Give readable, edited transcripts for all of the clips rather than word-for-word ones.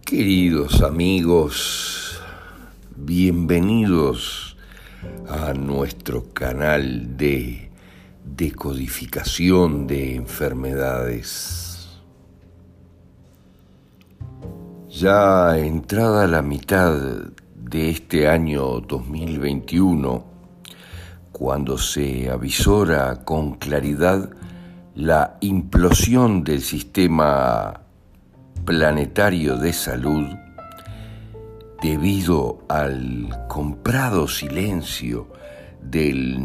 Queridos amigos, bienvenidos a nuestro canal de decodificación de enfermedades. Ya entrada la mitad de este año 2021, cuando se avisora con claridad la implosión del sistema planetario de salud debido al comprado silencio del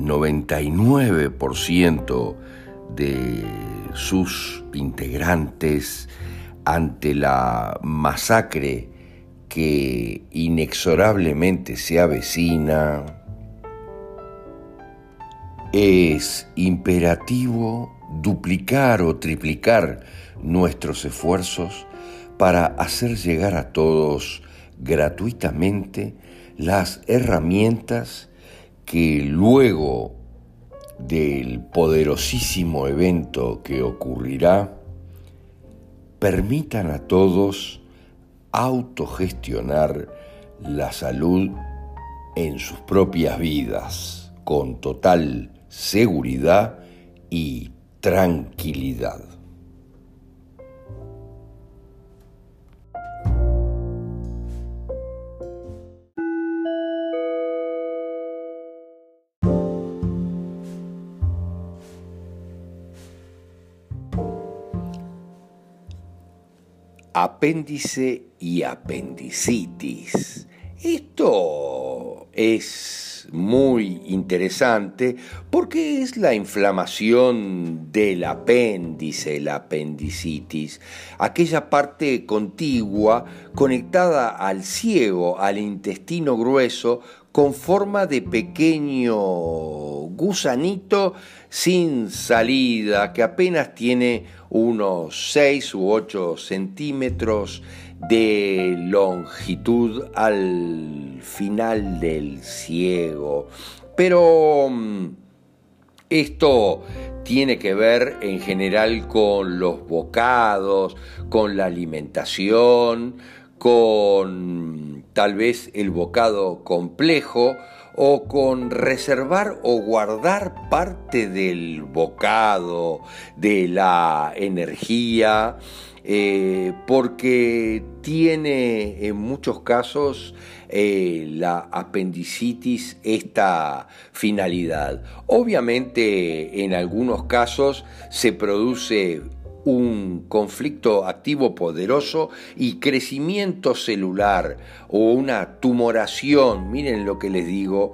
99% de sus integrantes ante la masacre que inexorablemente se avecina, es imperativo duplicar o triplicar nuestros esfuerzos para hacer llegar a todos gratuitamente las herramientas que luego del poderosísimo evento que ocurrirá permitan a todos autogestionar la salud en sus propias vidas con total seguridad y tranquilidad. Apéndice y apendicitis. Esto es muy interesante porque es la inflamación del apéndice, la apendicitis, aquella parte contigua conectada al ciego, al intestino grueso, con forma de pequeño gusanito sin salida, que apenas tiene unos 6 u 8 centímetros de longitud al final del ciego. Pero esto tiene que ver en general con los bocados, con la alimentación, con tal vez el bocado complejo o con reservar o guardar parte del bocado, de la energía, porque tiene en muchos casos la apendicitis esta finalidad. Obviamente en algunos casos se produce un conflicto activo poderoso y crecimiento celular o una tumoración, miren lo que les digo,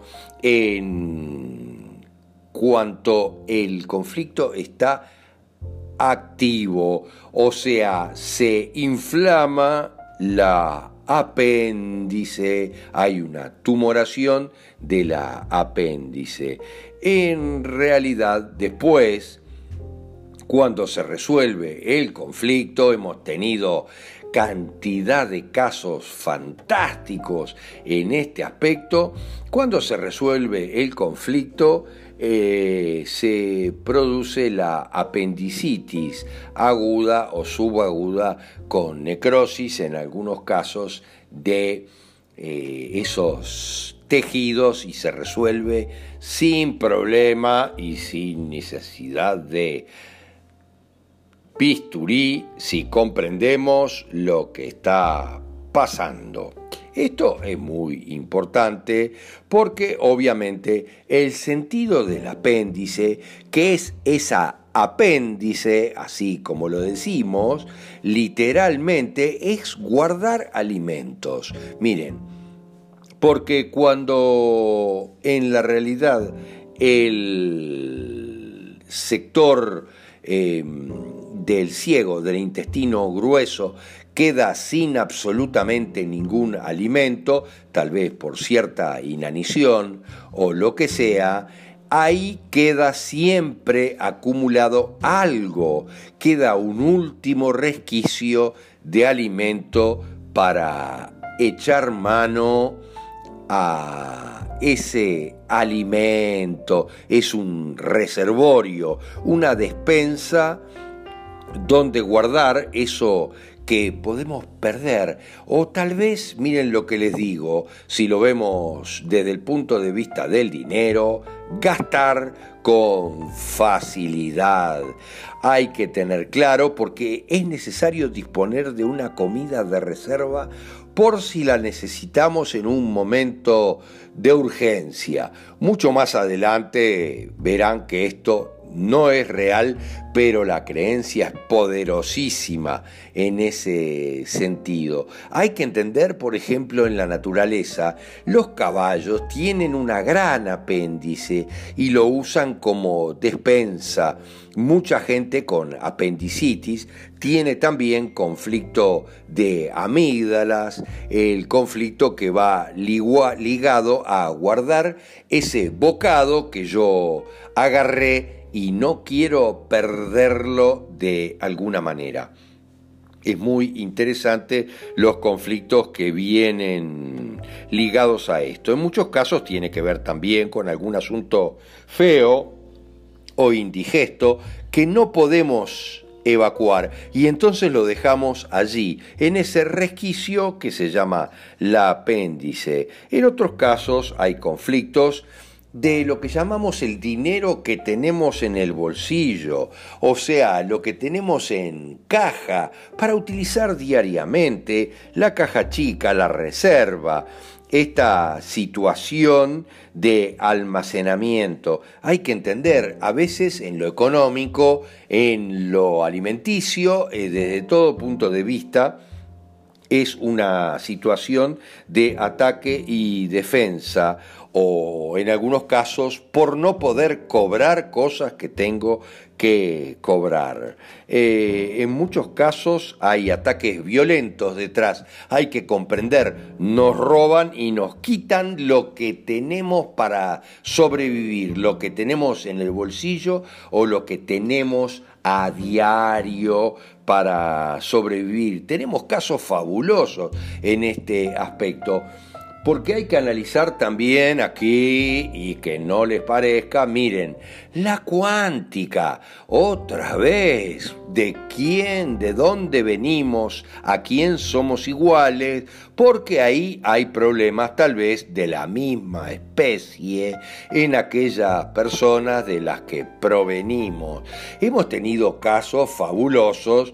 en cuanto el conflicto está activo, o sea, se inflama la apéndice, hay una tumoración de la apéndice. En realidad, después, cuando se resuelve el conflicto, hemos tenido cantidad de casos fantásticos en este aspecto. Cuando se resuelve el conflicto, se produce la apendicitis aguda o subaguda con necrosis en algunos casos de esos tejidos, y se resuelve sin problema y sin necesidad de bisturí si comprendemos lo que está pasando. Esto es muy importante porque obviamente el sentido del apéndice, que es esa apéndice, así como lo decimos, literalmente es guardar alimentos. Miren, porque cuando en la realidad el sector del ciego, del intestino grueso, queda sin absolutamente ningún alimento, tal vez por cierta inanición o lo que sea, ahí queda siempre acumulado algo, queda un último resquicio de alimento para echar mano a ese alimento. Es un reservorio, una despensa donde guardar eso que podemos perder, o tal vez, miren lo que les digo, si lo vemos desde el punto de vista del dinero, gastar con facilidad. Hay que tener claro porque es necesario disponer de una comida de reserva por si la necesitamos en un momento de urgencia. Mucho más adelante verán que esto no es real, pero la creencia es poderosísima en ese sentido. Hay que entender, por ejemplo, en la naturaleza, los caballos tienen una gran apéndice y lo usan como despensa. Mucha gente con apendicitis tiene también conflicto de amígdalas, el conflicto que va ligado a guardar ese bocado que yo agarré y no quiero perderlo de alguna manera. Es muy interesante los conflictos que vienen ligados a esto. En muchos casos tiene que ver también con algún asunto feo o indigesto que no podemos evacuar y entonces lo dejamos allí, en ese resquicio que se llama la apéndice. En otros casos hay conflictos de lo que llamamos el dinero que tenemos en el bolsillo, o sea, lo que tenemos en caja para utilizar diariamente, la caja chica, la reserva. Esta situación de almacenamiento hay que entender a veces en lo económico, en lo alimenticio, desde todo punto de vista, es una situación de ataque y defensa, o en algunos casos por no poder cobrar cosas que tengo que cobrar. En muchos casos hay ataques violentos detrás, hay que comprender, nos roban y nos quitan lo que tenemos para sobrevivir, lo que tenemos en el bolsillo o lo que tenemos a diario para sobrevivir. Tenemos casos fabulosos en este aspecto, porque hay que analizar también aquí, y que no les parezca, miren, la cuántica, otra vez, de quién, de dónde venimos, a quién somos iguales, porque ahí hay problemas tal vez de la misma especie en aquellas personas de las que provenimos. Hemos tenido casos fabulosos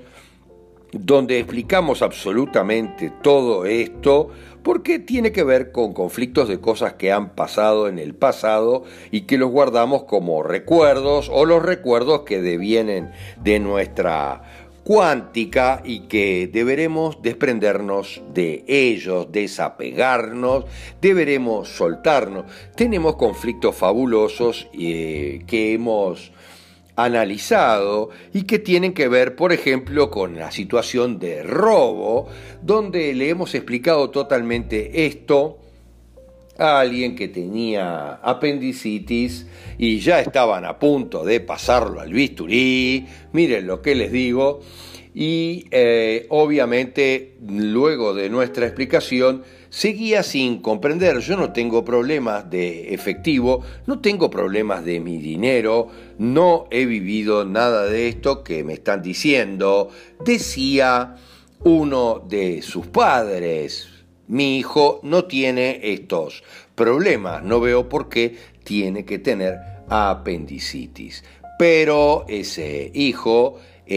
donde explicamos absolutamente todo esto, porque tiene que ver con conflictos de cosas que han pasado en el pasado y que los guardamos como recuerdos, o los recuerdos que devienen de nuestra cuántica y que deberemos desprendernos de ellos, desapegarnos, deberemos soltarnos. Tenemos conflictos fabulosos que hemos analizado y que tienen que ver, por ejemplo, con la situación de robo, donde le hemos explicado totalmente esto a alguien que tenía apendicitis y ya estaban a punto de pasarlo al bisturí, miren lo que les digo, y obviamente luego de nuestra explicación seguía sin comprender. Yo no tengo problemas de efectivo, no tengo problemas de mi dinero, no he vivido nada de esto que me están diciendo, decía uno de sus padres. Mi hijo no tiene estos problemas, no veo por qué tiene que tener apendicitis. Pero ese hijo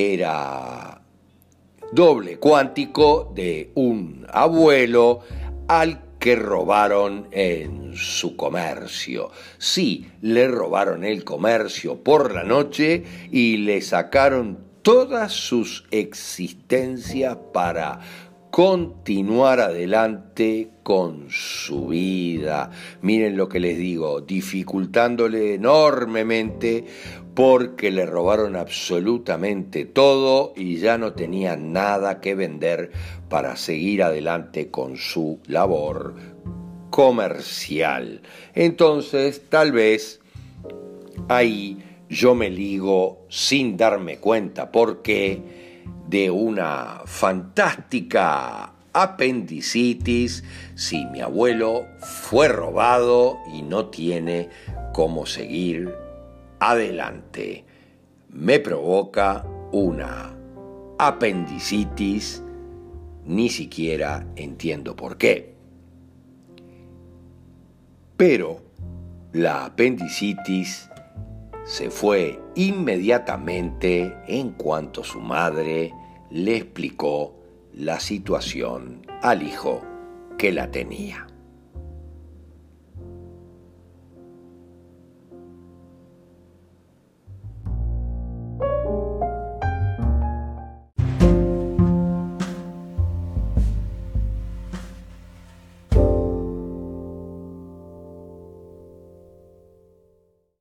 era doble cuántico de un abuelo al que robaron en su comercio. Sí, le robaron el comercio por la noche y le sacaron todas sus existencias para continuar adelante con su vida. Miren lo que les digo, dificultándole enormemente porque le robaron absolutamente todo y ya no tenía nada que vender para seguir adelante con su labor comercial. Entonces, tal vez ahí yo me ligo sin darme cuenta porque de una fantástica apendicitis si mi abuelo fue robado y no tiene cómo seguir adelante. Me provoca una apendicitis ni siquiera entiendo por qué. Pero la apendicitis se fue inmediatamente en cuanto su madre le explicó la situación al hijo que la tenía.